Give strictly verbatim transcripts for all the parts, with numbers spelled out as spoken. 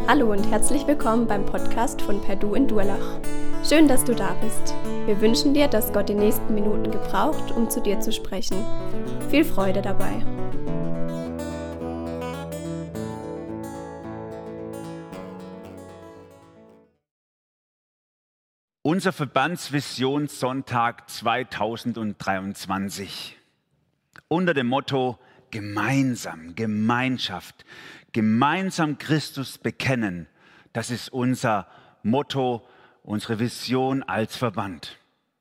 Hallo und herzlich willkommen beim Podcast von Perdu in Durlach. Schön, dass du da bist. Wir wünschen dir, dass Gott die nächsten Minuten gebraucht, um zu dir zu sprechen. Viel Freude dabei. Unser Verbandsvisionssonntag zweitausenddreiundzwanzig unter dem Motto Gemeinsam, Gemeinschaft, gemeinsam Christus bekennen. Das ist unser Motto, unsere Vision als Verband.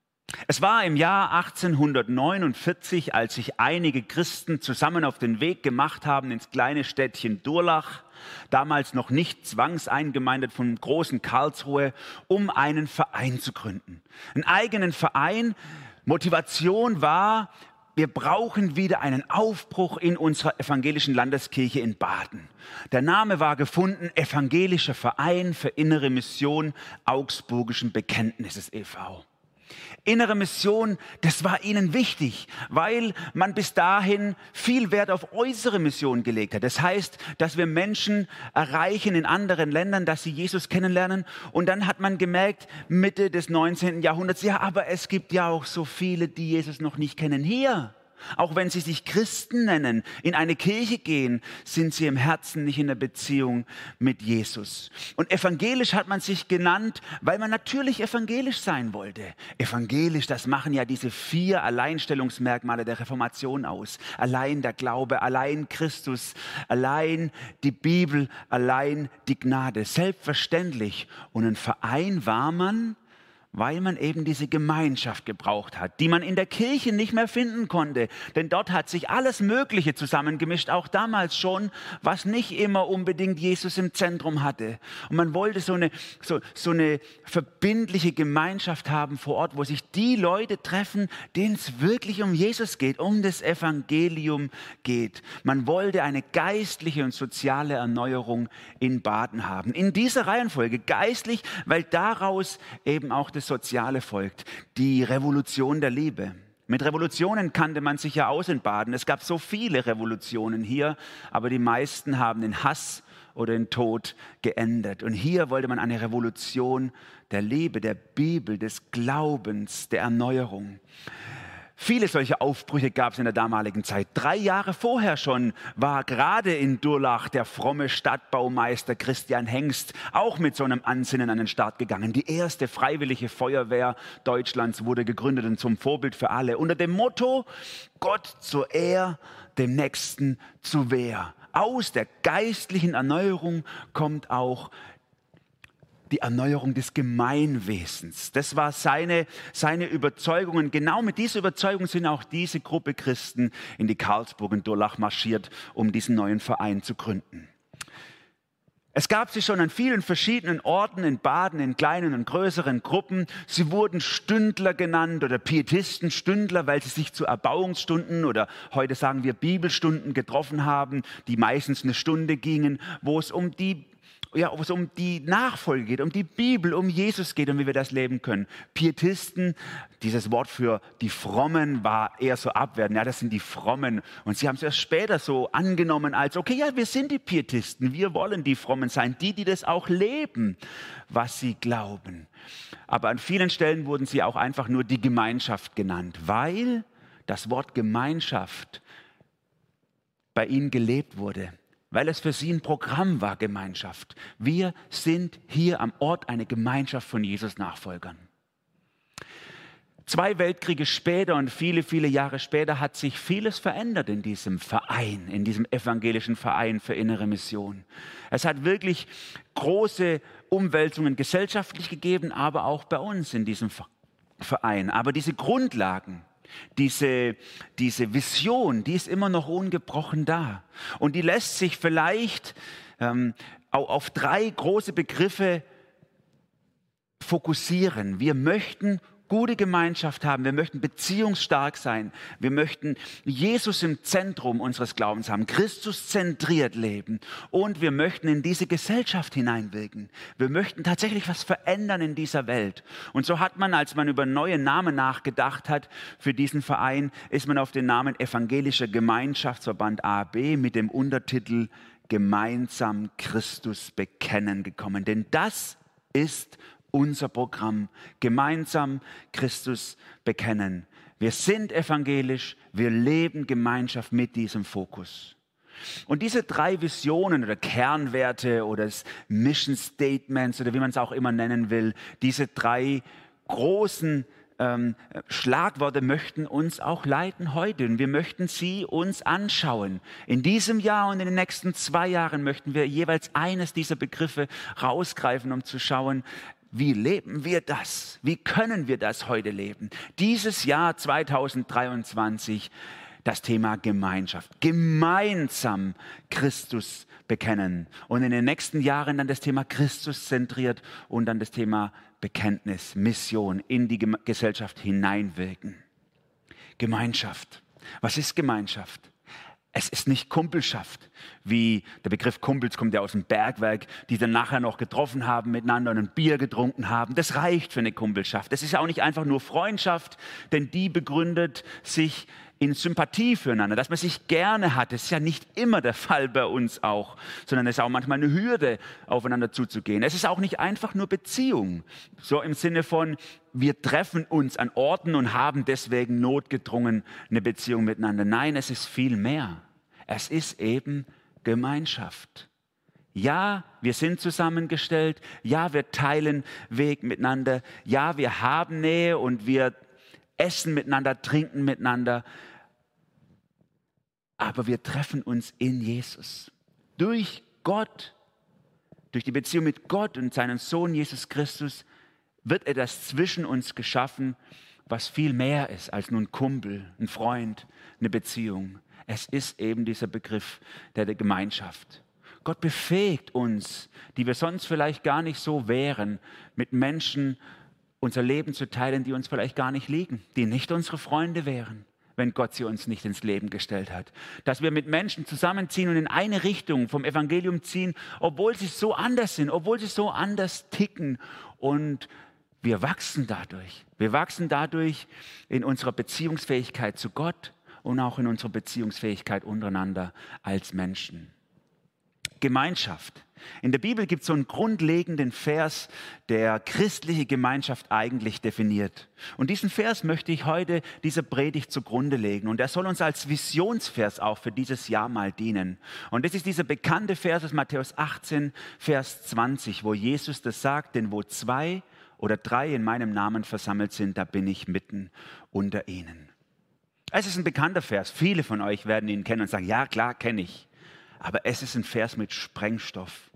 Es war im Jahr achtzehnhundertneunundvierzig, als sich einige Christen zusammen auf den Weg gemacht haben ins kleine Städtchen Durlach, damals noch nicht zwangseingemeindet vom großen Karlsruhe, um einen Verein zu gründen. Einen eigenen Verein. Motivation war, wir brauchen wieder einen Aufbruch in unserer evangelischen Landeskirche in Baden. Der Name war gefunden, Evangelischer Verein für Innere Mission Augsburgischen Bekenntnisses e V Innere Mission, das war ihnen wichtig, weil man bis dahin viel Wert auf äußere Mission gelegt hat. Das heißt, dass wir Menschen erreichen in anderen Ländern, dass sie Jesus kennenlernen. Und dann hat man gemerkt, Mitte des neunzehnten Jahrhunderts, ja, aber es gibt ja auch so viele, die Jesus noch nicht kennen hier. Auch wenn sie sich Christen nennen, in eine Kirche gehen, sind sie im Herzen nicht in der Beziehung mit Jesus. Und evangelisch hat man sich genannt, weil man natürlich evangelisch sein wollte. Evangelisch, das machen ja diese vier Alleinstellungsmerkmale der Reformation aus. Allein der Glaube, allein Christus, allein die Bibel, allein die Gnade. Selbstverständlich. Und ein Verein war man, weil man eben diese Gemeinschaft gebraucht hat, die man in der Kirche nicht mehr finden konnte. Denn dort hat sich alles Mögliche zusammengemischt, auch damals schon, was nicht immer unbedingt Jesus im Zentrum hatte. Und man wollte so eine, so, so eine verbindliche Gemeinschaft haben vor Ort, wo sich die Leute treffen, denen es wirklich um Jesus geht, um das Evangelium geht. Man wollte eine geistliche und soziale Erneuerung in Baden haben. In dieser Reihenfolge geistlich, weil daraus eben auch das Soziale folgt, die Revolution der Liebe. Mit Revolutionen kannte man sich ja aus in Baden. Es gab so viele Revolutionen hier, aber die meisten haben in Hass oder in Tod geendet. Und hier wollte man eine Revolution der Liebe, der Bibel, des Glaubens, der Erneuerung. Viele solche Aufbrüche gab es in der damaligen Zeit. Drei Jahre vorher schon war gerade in Durlach der fromme Stadtbaumeister Christian Hengst auch mit so einem Ansinnen an den Start gegangen. Die erste freiwillige Feuerwehr Deutschlands wurde gegründet und zum Vorbild für alle. Unter dem Motto, Gott zur Ehr, dem Nächsten zur Wehr. Aus der geistlichen Erneuerung kommt auch die Erneuerung des Gemeinwesens. Das war seine, seine Überzeugung. Und genau mit dieser Überzeugung sind auch diese Gruppe Christen in die Karlsburg und Durlach marschiert, um diesen neuen Verein zu gründen. Es gab sie schon an vielen verschiedenen Orten in Baden, in kleinen und größeren Gruppen. Sie wurden Stündler genannt oder Pietisten, Stündler, weil sie sich zu Erbauungsstunden oder heute sagen wir Bibelstunden getroffen haben, die meistens eine Stunde gingen, wo es um die Ja, wo es um die Nachfolge geht, um die Bibel, um Jesus geht und wie wir das leben können. Pietisten, dieses Wort für die Frommen war eher so abwertend. Ja, das sind die Frommen. Und sie haben es erst später so angenommen als, okay, ja, wir sind die Pietisten. Wir wollen die Frommen sein. Die, die das auch leben, was sie glauben. Aber an vielen Stellen wurden sie auch einfach nur die Gemeinschaft genannt, weil das Wort Gemeinschaft bei ihnen gelebt wurde. Weil es für sie ein Programm war, Gemeinschaft. Wir sind hier am Ort eine Gemeinschaft von Jesus-Nachfolgern. Zwei Weltkriege später und viele, viele Jahre später hat sich vieles verändert in diesem Verein, in diesem evangelischen Verein für innere Mission. Es hat wirklich große Umwälzungen gesellschaftlich gegeben, aber auch bei uns in diesem Verein. Aber diese Grundlagen, Diese, diese Vision, die ist immer noch ungebrochen da. Und die lässt sich vielleicht ähm, auch auf drei große Begriffe fokussieren. Wir möchten gute Gemeinschaft haben, wir möchten beziehungsstark sein, wir möchten Jesus im Zentrum unseres Glaubens haben, Christus zentriert leben und wir möchten in diese Gesellschaft hineinwirken. Wir möchten tatsächlich was verändern in dieser Welt. Und so hat man, als man über neue Namen nachgedacht hat für diesen Verein, ist man auf den Namen Evangelischer Gemeinschaftsverband A B mit dem Untertitel gemeinsam Christus bekennen gekommen. Denn das ist unser Programm, gemeinsam Christus bekennen. Wir sind evangelisch, wir leben Gemeinschaft mit diesem Fokus. Und diese drei Visionen oder Kernwerte oder Mission Statements oder wie man es auch immer nennen will, diese drei großen ähm, Schlagworte möchten uns auch leiten heute. Und wir möchten sie uns anschauen. In diesem Jahr und in den nächsten zwei Jahren möchten wir jeweils eines dieser Begriffe rausgreifen, um zu schauen, wie leben wir das? Wie können wir das heute leben? Dieses Jahr zweitausenddreiundzwanzig, das Thema Gemeinschaft. Gemeinsam Christus bekennen. Und in den nächsten Jahren dann das Thema Christus zentriert und dann das Thema Bekenntnis, Mission in die Gesellschaft hineinwirken. Gemeinschaft. Was ist Gemeinschaft? Es ist nicht Kumpelschaft, wie der Begriff Kumpels kommt ja aus dem Bergwerk, die dann nachher noch getroffen haben miteinander und ein Bier getrunken haben. Das reicht für eine Kumpelschaft. Das ist ja auch nicht einfach nur Freundschaft, denn die begründet sich in Sympathie füreinander, dass man sich gerne hat. Das ist ja nicht immer der Fall bei uns auch, sondern es ist auch manchmal eine Hürde, aufeinander zuzugehen. Es ist auch nicht einfach nur Beziehung, so im Sinne von, wir treffen uns an Orten und haben deswegen notgedrungen eine Beziehung miteinander. Nein, es ist viel mehr. Es ist eben Gemeinschaft. Ja, wir sind zusammengestellt. Ja, wir teilen Weg miteinander. Ja, wir haben Nähe und wir essen miteinander, trinken miteinander. Aber wir treffen uns in Jesus. Durch Gott, durch die Beziehung mit Gott und seinem Sohn Jesus Christus wird etwas zwischen uns geschaffen, was viel mehr ist als nur ein Kumpel, ein Freund, eine Beziehung. Es ist eben dieser Begriff der, der Gemeinschaft. Gott befähigt uns, die wir sonst vielleicht gar nicht so wären, mit Menschen unser Leben zu teilen, die uns vielleicht gar nicht liegen, die nicht unsere Freunde wären, wenn Gott sie uns nicht ins Leben gestellt hat. Dass wir mit Menschen zusammenziehen und in eine Richtung vom Evangelium ziehen, obwohl sie so anders sind, obwohl sie so anders ticken. Und wir wachsen dadurch. Wir wachsen dadurch in unserer Beziehungsfähigkeit zu Gott und auch in unserer Beziehungsfähigkeit untereinander als Menschen. Gemeinschaft. In der Bibel gibt es so einen grundlegenden Vers, der christliche Gemeinschaft eigentlich definiert. Und diesen Vers möchte ich heute dieser Predigt zugrunde legen. Und er soll uns als Visionsvers auch für dieses Jahr mal dienen. Und das ist dieser bekannte Vers aus Matthäus achtzehn, Vers zwanzig, wo Jesus das sagt, denn wo zwei oder drei in meinem Namen versammelt sind, da bin ich mitten unter ihnen. Es ist ein bekannter Vers. Viele von euch werden ihn kennen und sagen, ja klar, kenne ich. Aber es ist ein Vers mit Sprengstoff.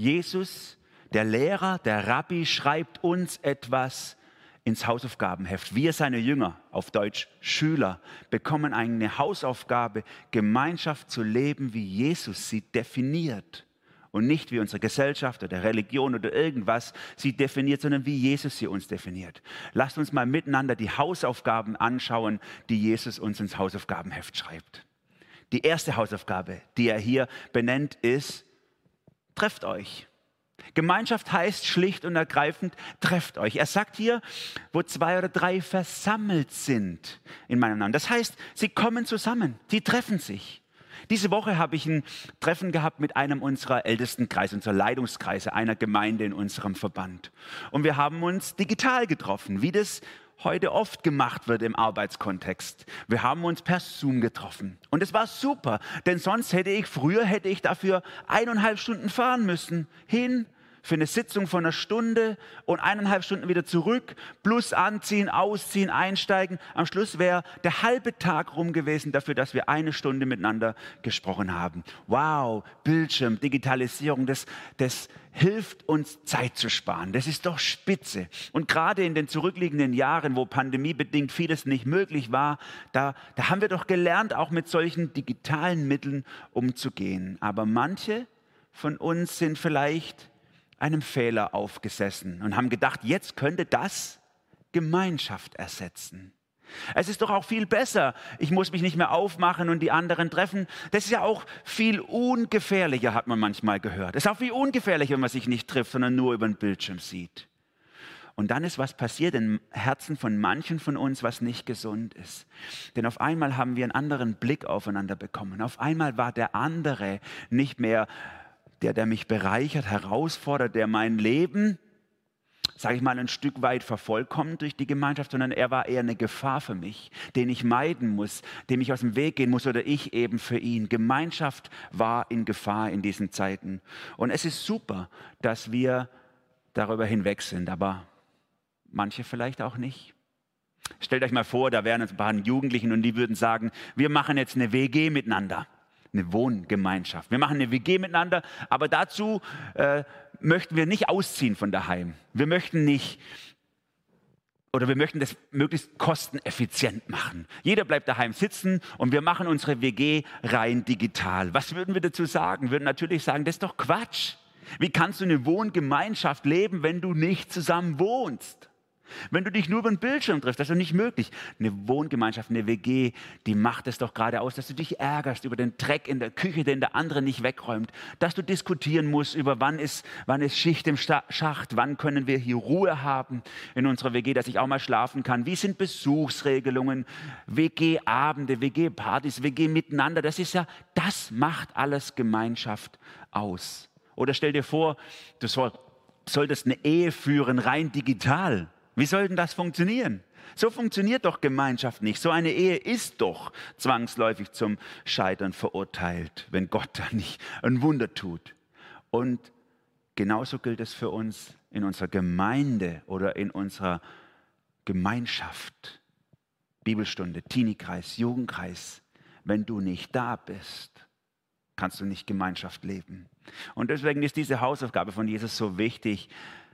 Jesus, der Lehrer, der Rabbi, schreibt uns etwas ins Hausaufgabenheft. Wir, seine Jünger, auf Deutsch Schüler, bekommen eine Hausaufgabe, Gemeinschaft zu leben, wie Jesus sie definiert. Und nicht wie unsere Gesellschaft oder Religion oder irgendwas sie definiert, sondern wie Jesus sie uns definiert. Lasst uns mal miteinander die Hausaufgaben anschauen, die Jesus uns ins Hausaufgabenheft schreibt. Die erste Hausaufgabe, die er hier benennt, ist, trefft euch. Gemeinschaft heißt schlicht und ergreifend, trefft euch. Er sagt hier, wo zwei oder drei versammelt sind in meinem Namen. Das heißt, sie kommen zusammen, sie treffen sich. Diese Woche habe ich ein Treffen gehabt mit einem unserer ältesten Kreise, unserer Leitungskreise, einer Gemeinde in unserem Verband. Und wir haben uns digital getroffen, wie das heute oft gemacht wird im Arbeitskontext. Wir haben uns per Zoom getroffen. Und es war super, denn sonst hätte ich, früher hätte ich dafür eineinhalb Stunden fahren müssen, hin für eine Sitzung von einer Stunde und eineinhalb Stunden wieder zurück, plus anziehen, ausziehen, einsteigen. Am Schluss wäre der halbe Tag rum gewesen dafür, dass wir eine Stunde miteinander gesprochen haben. Wow, Bildschirm, Digitalisierung, das, das hilft uns Zeit zu sparen. Das ist doch spitze. Und gerade in den zurückliegenden Jahren, wo pandemiebedingt vieles nicht möglich war, da, da haben wir doch gelernt, auch mit solchen digitalen Mitteln umzugehen. Aber manche von uns sind vielleicht einem Fehler aufgesessen und haben gedacht, jetzt könnte das Gemeinschaft ersetzen. Es ist doch auch viel besser, ich muss mich nicht mehr aufmachen und die anderen treffen. Das ist ja auch viel ungefährlicher, hat man manchmal gehört. Es ist auch viel ungefährlicher, wenn man sich nicht trifft, sondern nur über den Bildschirm sieht. Und dann ist was passiert im Herzen von manchen von uns, was nicht gesund ist. Denn auf einmal haben wir einen anderen Blick aufeinander bekommen. Auf einmal war der andere nicht mehr der, der mich bereichert, herausfordert, der mein Leben, sage ich mal, ein Stück weit vervollkommt durch die Gemeinschaft, sondern er war eher eine Gefahr für mich, den ich meiden muss, dem ich aus dem Weg gehen muss oder ich eben für ihn. Gemeinschaft war in Gefahr in diesen Zeiten. Und es ist super, dass wir darüber hinweg sind, aber manche vielleicht auch nicht. Stellt euch mal vor, da wären ein paar Jugendlichen und die würden sagen, wir machen jetzt eine W G miteinander. Eine Wohngemeinschaft. Wir machen eine W G miteinander, aber dazu äh, möchten wir nicht ausziehen von daheim. Wir möchten nicht, oder wir möchten das möglichst kosteneffizient machen. Jeder bleibt daheim sitzen und wir machen unsere W G rein digital. Was würden wir dazu sagen? Wir würden natürlich sagen, das ist doch Quatsch. Wie kannst du eine Wohngemeinschaft leben, wenn du nicht zusammen wohnst? Wenn du dich nur über den Bildschirm triffst, das ist doch nicht möglich. Eine Wohngemeinschaft, eine W G, die macht es doch gerade aus, dass du dich ärgerst über den Dreck in der Küche, den der andere nicht wegräumt. Dass du diskutieren musst über wann ist, wann ist Schicht im Schacht, wann können wir hier Ruhe haben in unserer W G, dass ich auch mal schlafen kann. Wie sind Besuchsregelungen, W G-Abende, W G-Partys, W G-Miteinander. Das ist ja, das macht alles Gemeinschaft aus. Oder stell dir vor, du soll, solltest eine Ehe führen, rein digital. Wie soll denn das funktionieren? So funktioniert doch Gemeinschaft nicht. So eine Ehe ist doch zwangsläufig zum Scheitern verurteilt, wenn Gott da nicht ein Wunder tut. Und genauso gilt es für uns in unserer Gemeinde oder in unserer Gemeinschaft. Bibelstunde, Teenie-Kreis, Jugendkreis. Wenn du nicht da bist, kannst du nicht Gemeinschaft leben. Und deswegen ist diese Hausaufgabe von Jesus so wichtig.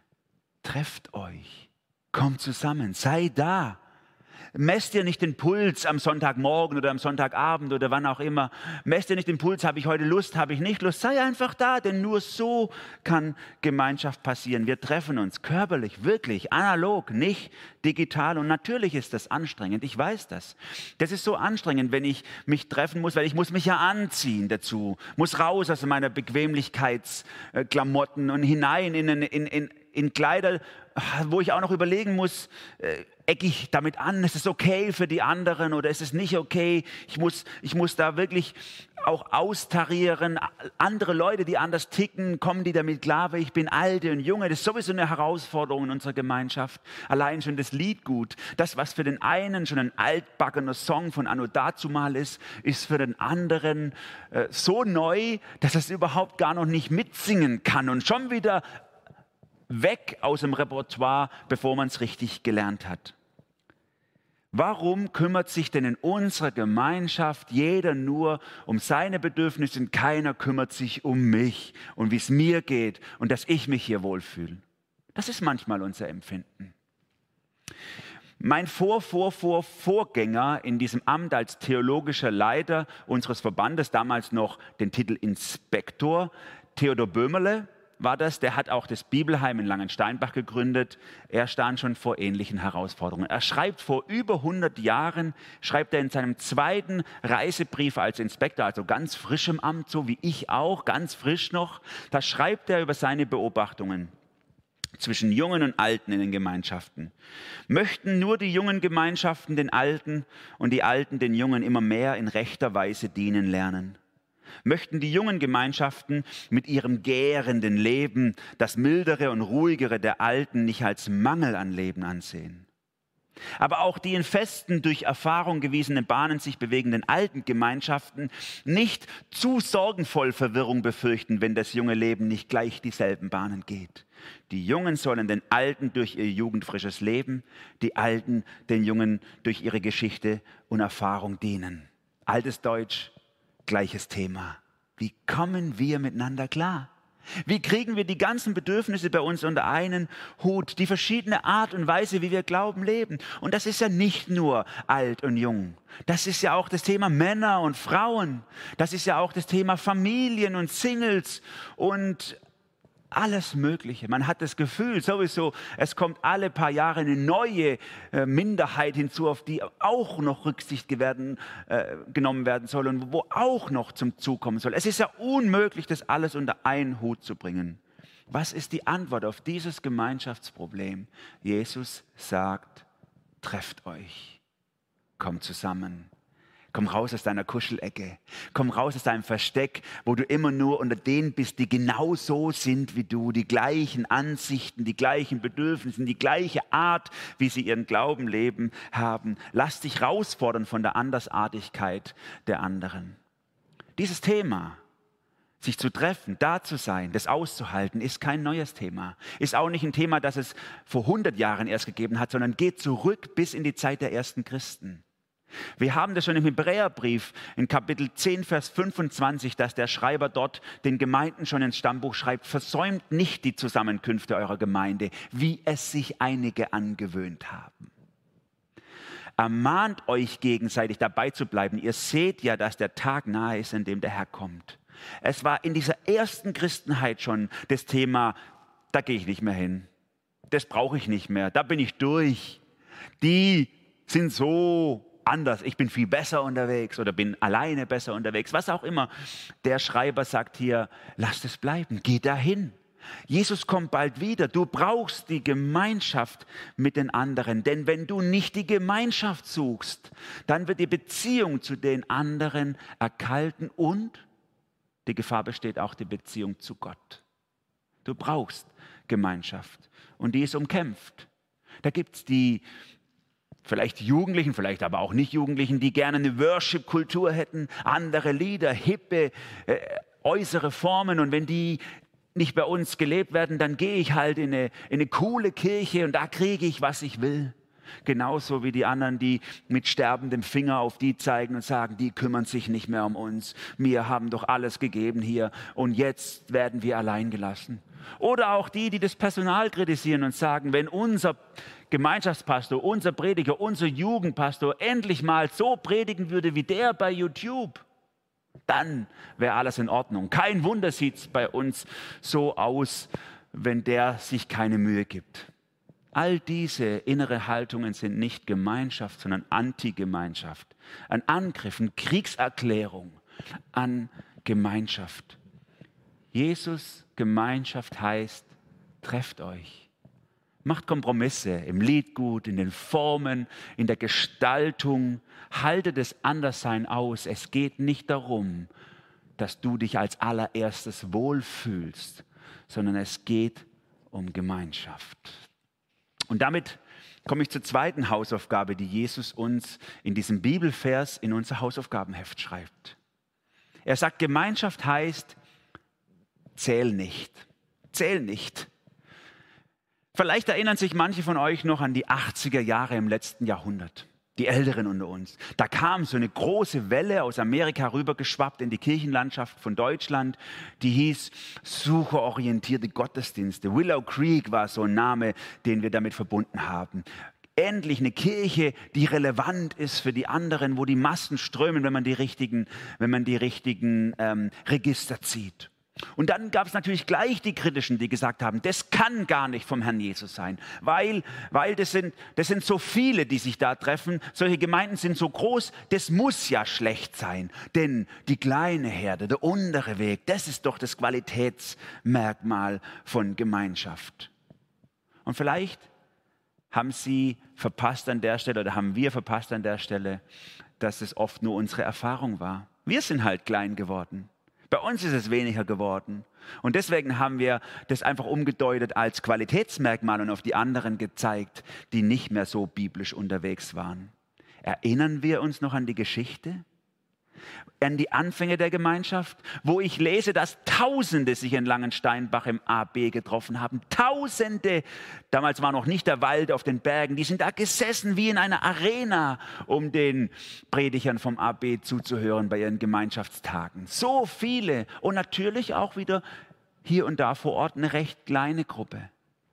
Trefft euch. Kommt zusammen, sei da. Messt dir nicht den Puls am Sonntagmorgen oder am Sonntagabend oder wann auch immer. Messt dir nicht den Puls, habe ich heute Lust, habe ich nicht Lust. Sei einfach da, denn nur so kann Gemeinschaft passieren. Wir treffen uns körperlich, wirklich, analog, nicht digital. Und natürlich ist das anstrengend, ich weiß das. Das ist so anstrengend, wenn ich mich treffen muss, weil ich muss mich ja anziehen dazu. Muss raus aus meiner Bequemlichkeitsklamotten und hinein in, in, in, in Kleider, wo ich auch noch überlegen muss, äh, ecke ich damit an, ist es okay für die anderen oder ist es nicht okay? Ich muss, ich muss da wirklich auch austarieren. Andere Leute, die anders ticken, kommen die damit klar, weil ich bin Alte und Junge. Das ist sowieso eine Herausforderung in unserer Gemeinschaft. Allein schon das Liedgut. Das, was für den einen schon ein altbackener Song von anno dazumal ist, ist für den anderen äh, so neu, dass er es überhaupt gar noch nicht mitsingen kann und schon wieder weg aus dem Repertoire, bevor man es richtig gelernt hat. Warum kümmert sich denn in unserer Gemeinschaft jeder nur um seine Bedürfnisse und keiner kümmert sich um mich und wie es mir geht und dass ich mich hier wohlfühle? Das ist manchmal unser Empfinden. Mein Vor, Vor, Vor, Vorgänger in diesem Amt als theologischer Leiter unseres Verbandes, damals noch den Titel Inspektor, Theodor Böhmerle, war das, der hat auch das Bibelheim in Langensteinbach gegründet. Er stand schon vor ähnlichen Herausforderungen. Er schreibt vor über hundert Jahren, schreibt er in seinem zweiten Reisebrief als Inspektor, also ganz frisch im Amt, so wie ich auch, ganz frisch noch, da schreibt er über seine Beobachtungen zwischen Jungen und Alten in den Gemeinschaften. Möchten nur die jungen Gemeinschaften den Alten und die Alten den Jungen immer mehr in rechter Weise dienen lernen? Möchten die jungen Gemeinschaften mit ihrem gärenden Leben das mildere und ruhigere der Alten nicht als Mangel an Leben ansehen? Aber auch die in festen, durch Erfahrung gewiesenen Bahnen sich bewegenden alten Gemeinschaften nicht zu sorgenvoll Verwirrung befürchten, wenn das junge Leben nicht gleich dieselben Bahnen geht. Die Jungen sollen den Alten durch ihr jugendfrisches Leben, die Alten den Jungen durch ihre Geschichte und Erfahrung dienen. Altes Deutsch, gleiches Thema. Wie kommen wir miteinander klar? Wie kriegen wir die ganzen Bedürfnisse bei uns unter einen Hut, die verschiedene Art und Weise, wie wir glauben, leben? Und das ist ja nicht nur alt und jung. Das ist ja auch das Thema Männer und Frauen. Das ist ja auch das Thema Familien und Singles und alles Mögliche. Man hat das Gefühl sowieso, es kommt alle paar Jahre eine neue äh, Minderheit hinzu, auf die auch noch Rücksicht werden, äh, genommen werden soll und wo auch noch zum Zug kommen soll. Es ist ja unmöglich, das alles unter einen Hut zu bringen. Was ist die Antwort auf dieses Gemeinschaftsproblem? Jesus sagt, trefft euch, kommt zusammen. Komm raus aus deiner Kuschelecke. Komm raus aus deinem Versteck, wo du immer nur unter denen bist, die genau so sind wie du. Die gleichen Ansichten, die gleichen Bedürfnisse, die gleiche Art, wie sie ihren Glauben leben, haben. Lass dich herausfordern von der Andersartigkeit der anderen. Dieses Thema, sich zu treffen, da zu sein, das auszuhalten, ist kein neues Thema. Ist auch nicht ein Thema, das es vor hundert Jahren erst gegeben hat, sondern geht zurück bis in die Zeit der ersten Christen. Wir haben das schon im Hebräerbrief in Kapitel zehn, Vers fünfundzwanzig, dass der Schreiber dort den Gemeinden schon ins Stammbuch schreibt, versäumt nicht die Zusammenkünfte eurer Gemeinde, wie es sich einige angewöhnt haben. Ermahnt euch gegenseitig dabei zu bleiben. Ihr seht ja, dass der Tag nahe ist, in dem der Herr kommt. Es war in dieser ersten Christenheit schon das Thema, da gehe ich nicht mehr hin. Das brauche ich nicht mehr, da bin ich durch. Die sind so anders, ich bin viel besser unterwegs oder bin alleine besser unterwegs, was auch immer. Der Schreiber sagt hier, lasst es bleiben, geh dahin. Jesus kommt bald wieder. Du brauchst die Gemeinschaft mit den anderen, denn wenn du nicht die Gemeinschaft suchst, dann wird die Beziehung zu den anderen erkalten und die Gefahr besteht auch die Beziehung zu Gott. Du brauchst Gemeinschaft und die ist umkämpft. Da gibt es die vielleicht Jugendlichen, vielleicht aber auch nicht Jugendlichen, die gerne eine Worship-Kultur hätten, andere Lieder, hippe, äh, äußere Formen. Und wenn die nicht bei uns gelebt werden, dann gehe ich halt in eine, in eine coole Kirche und da kriege ich, was ich will. Genauso wie die anderen, die mit sterbendem Finger auf die zeigen und sagen, die kümmern sich nicht mehr um uns. Wir haben doch alles gegeben hier und jetzt werden wir allein gelassen. Oder auch die, die das Personal kritisieren und sagen, wenn unser Gemeinschaftspastor, unser Prediger, unser Jugendpastor endlich mal so predigen würde wie der bei YouTube, dann wäre alles in Ordnung. Kein Wunder sieht es bei uns so aus, wenn der sich keine Mühe gibt. All diese innere Haltungen sind nicht Gemeinschaft, sondern Antigemeinschaft. Ein Angriff, eine Kriegserklärung an Gemeinschaft. Jesus Gemeinschaft heißt, trefft euch. Macht Kompromisse im Liedgut, in den Formen, in der Gestaltung. Haltet das Anderssein aus. Es geht nicht darum, dass du dich als allererstes wohlfühlst, sondern es geht um Gemeinschaft. Und damit komme ich zur zweiten Hausaufgabe, die Jesus uns in diesem Bibelvers in unser Hausaufgabenheft schreibt. Er sagt, Gemeinschaft heißt, zähl nicht. Zähl nicht. Vielleicht erinnern sich manche von euch noch an die achtziger Jahre im letzten Jahrhundert. Die Älteren unter uns. Da kam so eine große Welle aus Amerika rübergeschwappt in die Kirchenlandschaft von Deutschland. Die hieß sucherorientierte Gottesdienste. Willow Creek war so ein Name, den wir damit verbunden haben. Endlich eine Kirche, die relevant ist für die anderen, wo die Massen strömen, wenn man die richtigen, wenn man die richtigen ähm, Register zieht. Und dann gab es natürlich gleich die Kritischen, die gesagt haben, das kann gar nicht vom Herrn Jesus sein, weil, weil das, sind, das sind so viele, die sich da treffen, solche Gemeinden sind so groß, das muss ja schlecht sein, denn die kleine Herde, der untere Weg, das ist doch das Qualitätsmerkmal von Gemeinschaft. Und vielleicht haben Sie verpasst an der Stelle oder haben wir verpasst an der Stelle, dass es oft nur unsere Erfahrung war. Wir sind halt klein geworden. Bei uns ist es weniger geworden. Und deswegen haben wir das einfach umgedeutet als Qualitätsmerkmal und auf die anderen gezeigt, die nicht mehr so biblisch unterwegs waren. Erinnern wir uns noch an die Geschichte? An die Anfänge der Gemeinschaft, wo ich lese, dass Tausende sich in Langensteinbach im A B getroffen haben. Tausende, damals war noch nicht der Wald auf den Bergen, die sind da gesessen wie in einer Arena, um den Predigern vom A B zuzuhören bei ihren Gemeinschaftstagen. So viele und natürlich auch wieder hier und da vor Ort eine recht kleine Gruppe.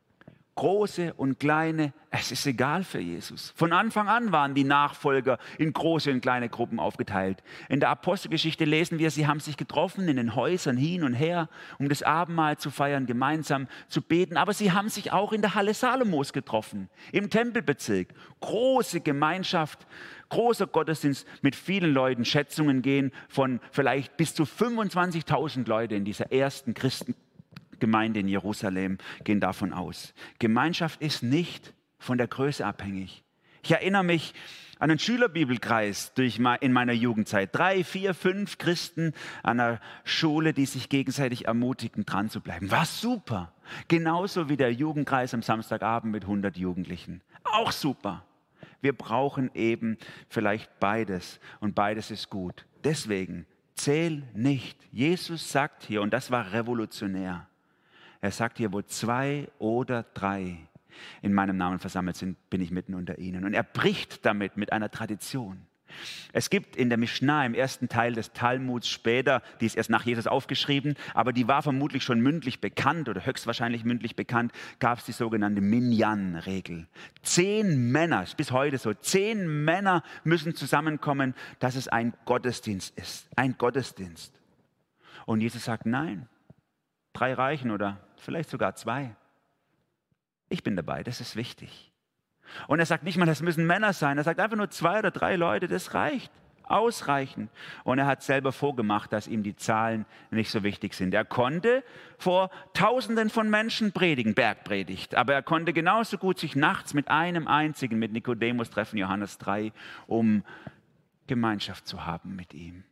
Große und kleine, es ist egal für Jesus. Von Anfang an waren die Nachfolger in große und kleine Gruppen aufgeteilt. In der Apostelgeschichte lesen wir, sie haben sich getroffen in den Häusern hin und her, um das Abendmahl zu feiern, gemeinsam zu beten. Aber sie haben sich auch in der Halle Salomos getroffen, im Tempelbezirk. Große Gemeinschaft, großer Gottesdienst mit vielen Leuten. Schätzungen gehen von vielleicht bis zu fünfundzwanzigtausend Leute in dieser ersten Christen Gemeinde in Jerusalem gehen davon aus. Gemeinschaft ist nicht von der Größe abhängig. Ich erinnere mich an einen Schülerbibelkreis durch in meiner Jugendzeit. Drei, vier, fünf Christen an einer Schule, die sich gegenseitig ermutigen, dran zu bleiben. War super. Genauso wie der Jugendkreis am Samstagabend mit hundert Jugendlichen. Auch super. Wir brauchen eben vielleicht beides und beides ist gut. Deswegen zähl nicht. Jesus sagt hier, und das war revolutionär, er sagt hier, wo zwei oder drei in meinem Namen versammelt sind, bin ich mitten unter ihnen. Und er bricht damit mit einer Tradition. Es gibt in der Mischna, im ersten Teil des Talmuds später, die ist erst nach Jesus aufgeschrieben, aber die war vermutlich schon mündlich bekannt oder höchstwahrscheinlich mündlich bekannt, gab es die sogenannte Minyan-Regel. Zehn Männer, bis heute so, zehn Männer müssen zusammenkommen, dass es ein Gottesdienst ist. Ein Gottesdienst. Und Jesus sagt, nein, drei reichen oder vielleicht sogar zwei. Ich bin dabei, das ist wichtig. Und er sagt nicht mal, das müssen Männer sein. Er sagt einfach nur zwei oder drei Leute, das reicht, ausreichend. Und er hat selber vorgemacht, dass ihm die Zahlen nicht so wichtig sind. Er konnte vor Tausenden von Menschen predigen, Bergpredigt. Aber er konnte genauso gut sich nachts mit einem einzigen, mit Nikodemus treffen, Johannes drei, um Gemeinschaft zu haben mit ihm.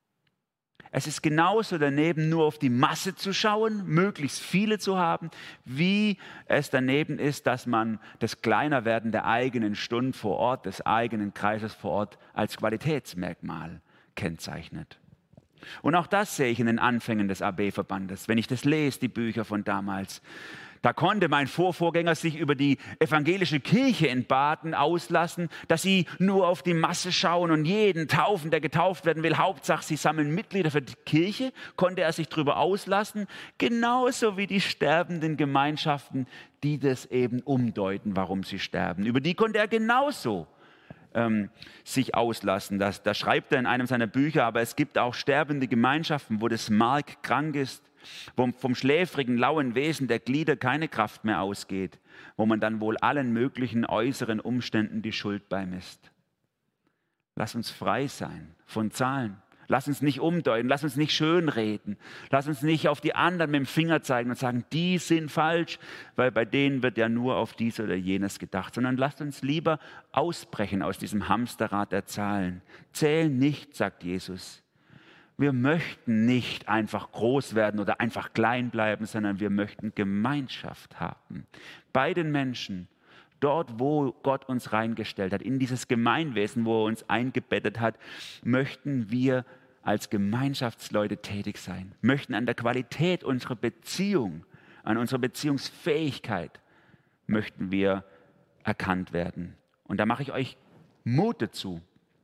Es ist genauso daneben, nur auf die Masse zu schauen, möglichst viele zu haben, wie es daneben ist, dass man das Kleinerwerden der eigenen Stunden vor Ort, des eigenen Kreises vor Ort als Qualitätsmerkmal kennzeichnet. Und auch das sehe ich in den Anfängen des A B-Verbandes, wenn ich das lese, die Bücher von damals. Da konnte mein Vorvorgänger sich über die evangelische Kirche in Baden auslassen, dass sie nur auf die Masse schauen und jeden taufen, der getauft werden will. Hauptsache, sie sammeln Mitglieder für die Kirche. Konnte er sich darüber auslassen, genauso wie die sterbenden Gemeinschaften, die das eben umdeuten, warum sie sterben. Über die konnte er genauso ähm, sich auslassen. Das, das schreibt er in einem seiner Bücher, aber es gibt auch sterbende Gemeinschaften, wo das Mark krank ist, wo vom schläfrigen, lauen Wesen der Glieder keine Kraft mehr ausgeht, wo man dann wohl allen möglichen äußeren Umständen die Schuld beimisst. Lass uns frei sein von Zahlen. Lass uns nicht umdeuten, lass uns nicht schönreden. Lass uns nicht auf die anderen mit dem Finger zeigen und sagen, die sind falsch, weil bei denen wird ja nur auf dies oder jenes gedacht. Sondern lasst uns lieber ausbrechen aus diesem Hamsterrad der Zahlen. Zähl nicht, sagt Jesus. Wir möchten nicht einfach groß werden oder einfach klein bleiben, sondern wir möchten Gemeinschaft haben. Bei den Menschen, dort wo Gott uns reingestellt hat, in dieses Gemeinwesen, wo er uns eingebettet hat, möchten wir als Gemeinschaftsleute tätig sein, möchten an der Qualität unserer Beziehung, an unserer Beziehungsfähigkeit, möchten wir erkannt werden. Und da mache ich euch Mut dazu,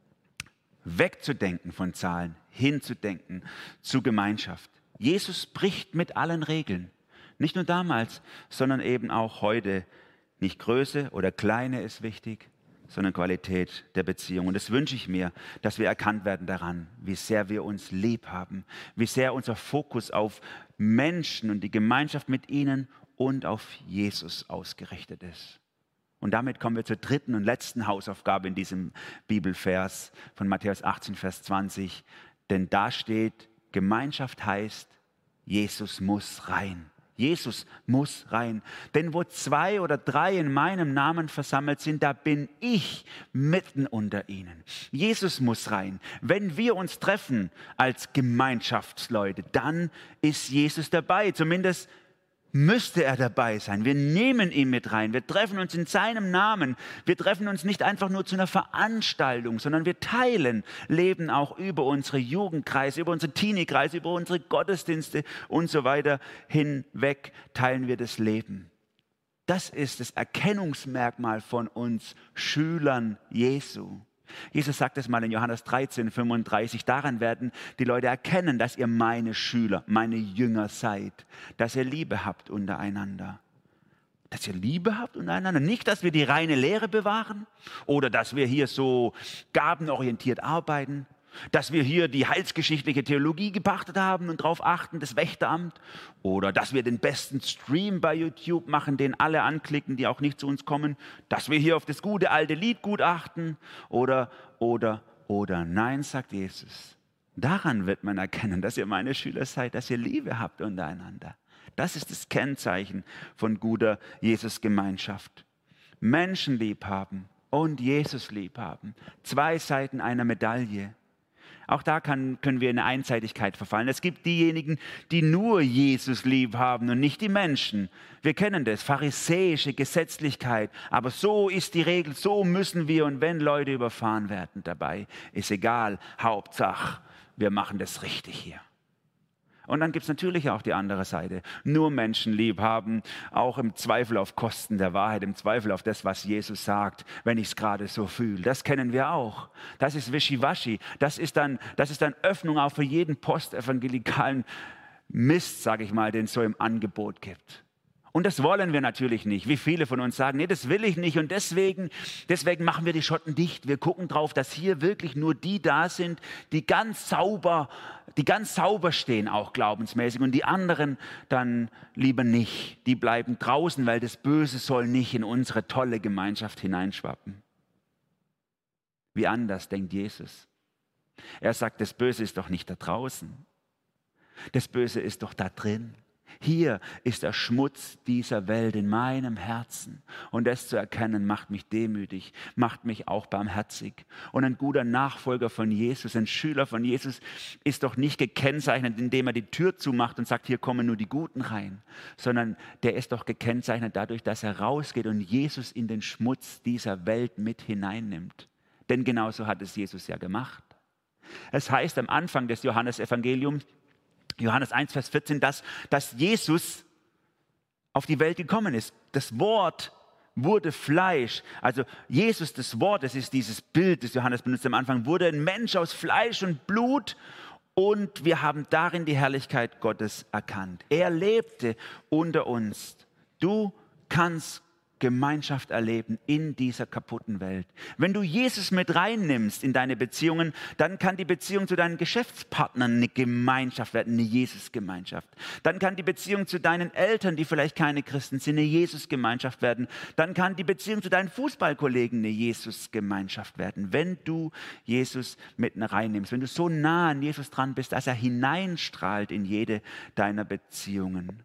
wegzudenken von Zahlen, hinzudenken zu Gemeinschaft. Jesus bricht mit allen Regeln. Nicht nur damals, sondern eben auch heute. Nicht Größe oder Kleine ist wichtig, sondern Qualität der Beziehung. Und das wünsche ich mir, dass wir erkannt werden daran, wie sehr wir uns lieb haben, wie sehr unser Fokus auf Menschen und die Gemeinschaft mit ihnen und auf Jesus ausgerichtet ist. Und damit kommen wir zur dritten und letzten Hausaufgabe in diesem Bibelvers von Matthäus achtzehn, Vers zwanzig. Denn da steht, Gemeinschaft heißt, Jesus muss rein. Jesus muss rein. Denn wo zwei oder drei in meinem Namen versammelt sind, da bin ich mitten unter ihnen. Jesus muss rein. Wenn wir uns treffen als Gemeinschaftsleute, dann ist Jesus dabei. Zumindest müsste er dabei sein. Wir nehmen ihn mit rein. Wir treffen uns in seinem Namen. Wir treffen uns nicht einfach nur zu einer Veranstaltung, sondern wir teilen Leben auch über unsere Jugendkreise, über unsere Teenie-Kreise, über unsere Gottesdienste und so weiter hinweg teilen wir das Leben. Das ist das Erkennungsmerkmal von uns Schülern Jesu. Jesus sagt es mal in Johannes dreizehn, fünfunddreißig, daran werden die Leute erkennen, dass ihr meine Schüler, meine Jünger seid, dass ihr Liebe habt untereinander. Dass ihr Liebe habt untereinander, nicht, dass wir die reine Lehre bewahren oder dass wir hier so gabenorientiert arbeiten, dass wir hier die heilsgeschichtliche Theologie gepachtet haben und darauf achten, das Wächteramt, oder dass wir den besten Stream bei YouTube machen, den alle anklicken, die auch nicht zu uns kommen, dass wir hier auf das gute alte Lied gut achten, oder, oder, oder. Nein, sagt Jesus, daran wird man erkennen, dass ihr meine Schüler seid, dass ihr Liebe habt untereinander. Das ist das Kennzeichen von guter Jesus-Gemeinschaft. Menschen lieb haben und Jesus lieb haben. Zwei Seiten einer Medaille. Auch da kann, können wir in eine Einseitigkeit verfallen. Es gibt diejenigen, die nur Jesus lieb haben und nicht die Menschen. Wir kennen das, pharisäische Gesetzlichkeit. Aber so ist die Regel, so müssen wir. Und wenn Leute überfahren werden dabei, ist egal. Hauptsache, wir machen das richtig hier. Und dann gibt es natürlich auch die andere Seite. Nur Menschen lieb haben, auch im Zweifel auf Kosten der Wahrheit, im Zweifel auf das, was Jesus sagt, wenn ich es gerade so fühle. Das kennen wir auch. Das ist Wischiwaschi. Das ist dann, das ist dann Öffnung auch für jeden postevangelikalen Mist, sage ich mal, den es so im Angebot gibt. Und das wollen wir natürlich nicht. Wie viele von uns sagen, nee, das will ich nicht. Und deswegen, deswegen machen wir die Schotten dicht. Wir gucken drauf, dass hier wirklich nur die da sind, die ganz sauber, die ganz sauber stehen, auch glaubensmäßig. Und die anderen dann lieber nicht. Die bleiben draußen, weil das Böse soll nicht in unsere tolle Gemeinschaft hineinschwappen. Wie anders denkt Jesus. Er sagt, das Böse ist doch nicht da draußen. Das Böse ist doch da drin. Hier ist der Schmutz dieser Welt in meinem Herzen. Und das zu erkennen, macht mich demütig, macht mich auch barmherzig. Und ein guter Nachfolger von Jesus, ein Schüler von Jesus, ist doch nicht gekennzeichnet, indem er die Tür zumacht und sagt, hier kommen nur die Guten rein. Sondern der ist doch gekennzeichnet dadurch, dass er rausgeht und Jesus in den Schmutz dieser Welt mit hineinnimmt. Denn genauso hat es Jesus ja gemacht. Es heißt am Anfang des Johannesevangeliums, Johannes eins, Vers vierzehn, dass, dass Jesus auf die Welt gekommen ist. Das Wort wurde Fleisch. Also Jesus, das Wort, das ist dieses Bild, das Johannes benutzt am Anfang, wurde ein Mensch aus Fleisch und Blut und wir haben darin die Herrlichkeit Gottes erkannt. Er lebte unter uns. Du kannst Gemeinschaft erleben in dieser kaputten Welt. Wenn du Jesus mit reinnimmst in deine Beziehungen, dann kann die Beziehung zu deinen Geschäftspartnern eine Gemeinschaft werden, eine Jesus-Gemeinschaft. Dann kann die Beziehung zu deinen Eltern, die vielleicht keine Christen sind, eine Jesus-Gemeinschaft werden. Dann kann die Beziehung zu deinen Fußballkollegen eine Jesus-Gemeinschaft werden, wenn du Jesus mit reinnimmst, wenn du so nah an Jesus dran bist, dass er hineinstrahlt in jede deiner Beziehungen.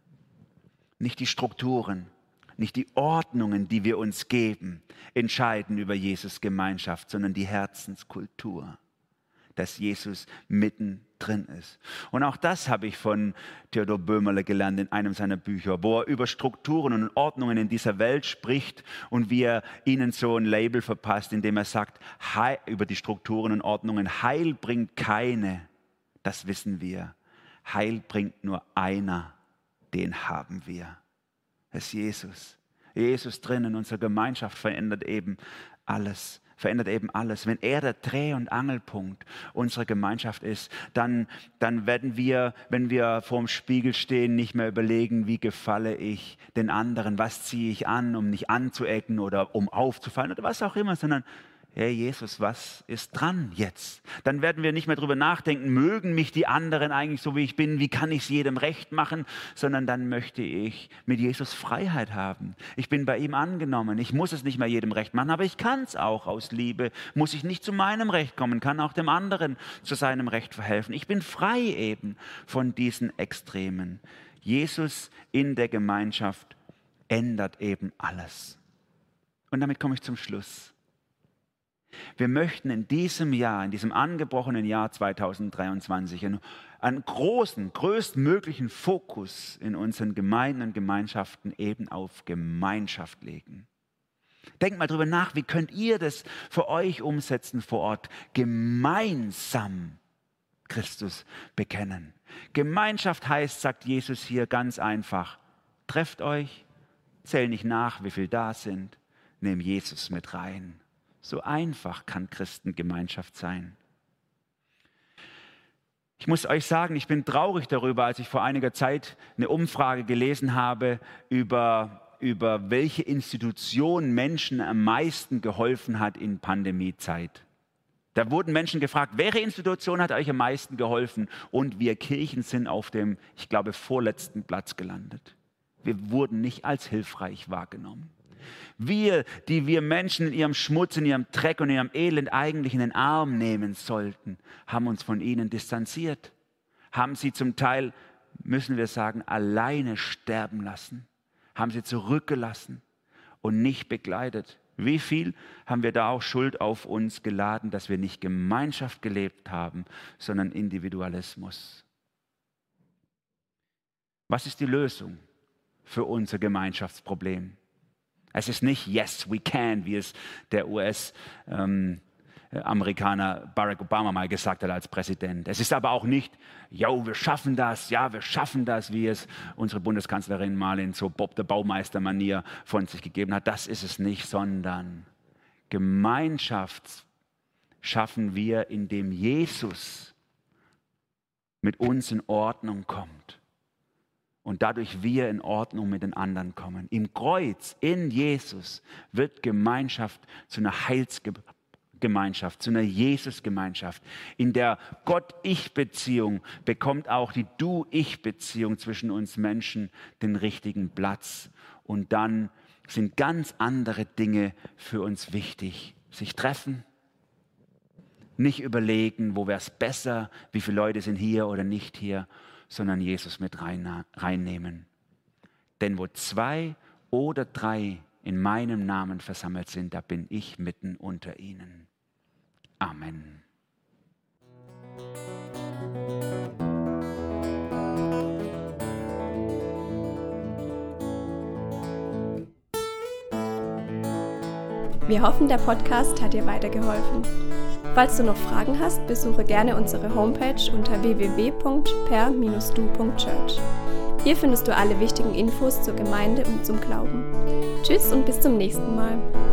Nicht die Strukturen, nicht die Ordnungen, die wir uns geben, entscheiden über Jesus Gemeinschaft, sondern die Herzenskultur, dass Jesus mittendrin ist. Und auch das habe ich von Theodor Böhmerle gelernt in einem seiner Bücher, wo er über Strukturen und Ordnungen in dieser Welt spricht und wie er ihnen so ein Label verpasst, indem er sagt, Heil, über die Strukturen und Ordnungen, Heil bringt keine, das wissen wir. Heil bringt nur einer, den haben wir. Es ist Jesus. Jesus drin in unserer Gemeinschaft verändert eben alles. Verändert eben alles. Wenn er der Dreh- und Angelpunkt unserer Gemeinschaft ist, dann, dann werden wir, wenn wir vorm Spiegel stehen, nicht mehr überlegen, wie gefalle ich den anderen, was ziehe ich an, um nicht anzuecken oder um aufzufallen oder was auch immer, sondern hey Jesus, was ist dran jetzt? Dann werden wir nicht mehr drüber nachdenken, mögen mich die anderen eigentlich so, wie ich bin, wie kann ich es jedem recht machen, sondern dann möchte ich mit Jesus Freiheit haben. Ich bin bei ihm angenommen, ich muss es nicht mehr jedem recht machen, aber ich kann es auch aus Liebe, muss ich nicht zu meinem Recht kommen, kann auch dem anderen zu seinem Recht verhelfen. Ich bin frei eben von diesen Extremen. Jesus in der Gemeinschaft ändert eben alles. Und damit komme ich zum Schluss. Wir möchten in diesem Jahr, in diesem angebrochenen Jahr zweitausenddreiundzwanzig, einen, einen großen, größtmöglichen Fokus in unseren Gemeinden und Gemeinschaften eben auf Gemeinschaft legen. Denkt mal drüber nach, wie könnt ihr das für euch umsetzen vor Ort? Gemeinsam Christus bekennen. Gemeinschaft heißt, sagt Jesus hier ganz einfach, trefft euch, zähl nicht nach, wie viel da sind, nehmt Jesus mit rein. So einfach kann Christengemeinschaft sein. Ich muss euch sagen, ich bin traurig darüber, als ich vor einiger Zeit eine Umfrage gelesen habe über, über welche Institution Menschen am meisten geholfen hat in Pandemiezeit. Da wurden Menschen gefragt, welche Institution hat euch am meisten geholfen? Und wir Kirchen sind auf dem, ich glaube, vorletzten Platz gelandet. Wir wurden nicht als hilfreich wahrgenommen. Wir, die wir Menschen in ihrem Schmutz, in ihrem Dreck und in ihrem Elend eigentlich in den Arm nehmen sollten, haben uns von ihnen distanziert, haben sie zum Teil müssen wir sagen, alleine sterben lassen, haben sie zurückgelassen und nicht begleitet. Wie viel haben wir da auch Schuld auf uns geladen, dass wir nicht Gemeinschaft gelebt haben, sondern Individualismus? Was ist die Lösung für unser Gemeinschaftsproblem? Es ist nicht yes, we can, wie es der U S-Amerikaner Barack Obama mal gesagt hat als Präsident. Es ist aber auch nicht, yo, wir schaffen das, ja, wir schaffen das, wie es unsere Bundeskanzlerin mal in so Bob der Baumeister-Manier von sich gegeben hat. Das ist es nicht, sondern Gemeinschaft schaffen wir, indem Jesus mit uns in Ordnung kommt. Und dadurch wir in Ordnung mit den anderen kommen. Im Kreuz, in Jesus, wird Gemeinschaft zu einer Heilsgemeinschaft, zu einer Jesus-Gemeinschaft. In der Gott-Ich-Beziehung bekommt auch die Du-Ich-Beziehung zwischen uns Menschen den richtigen Platz. Und dann sind ganz andere Dinge für uns wichtig. Sich treffen, nicht überlegen, wo wäre es besser, wie viele Leute sind hier oder nicht hier, sondern Jesus mit rein, reinnehmen. Denn wo zwei oder drei in meinem Namen versammelt sind, da bin ich mitten unter ihnen. Amen. Wir hoffen, der Podcast hat dir weitergeholfen. Falls du noch Fragen hast, besuche gerne unsere Homepage unter w w w punkt per Bindestrich du punkt church. Hier findest du alle wichtigen Infos zur Gemeinde und zum Glauben. Tschüss und bis zum nächsten Mal.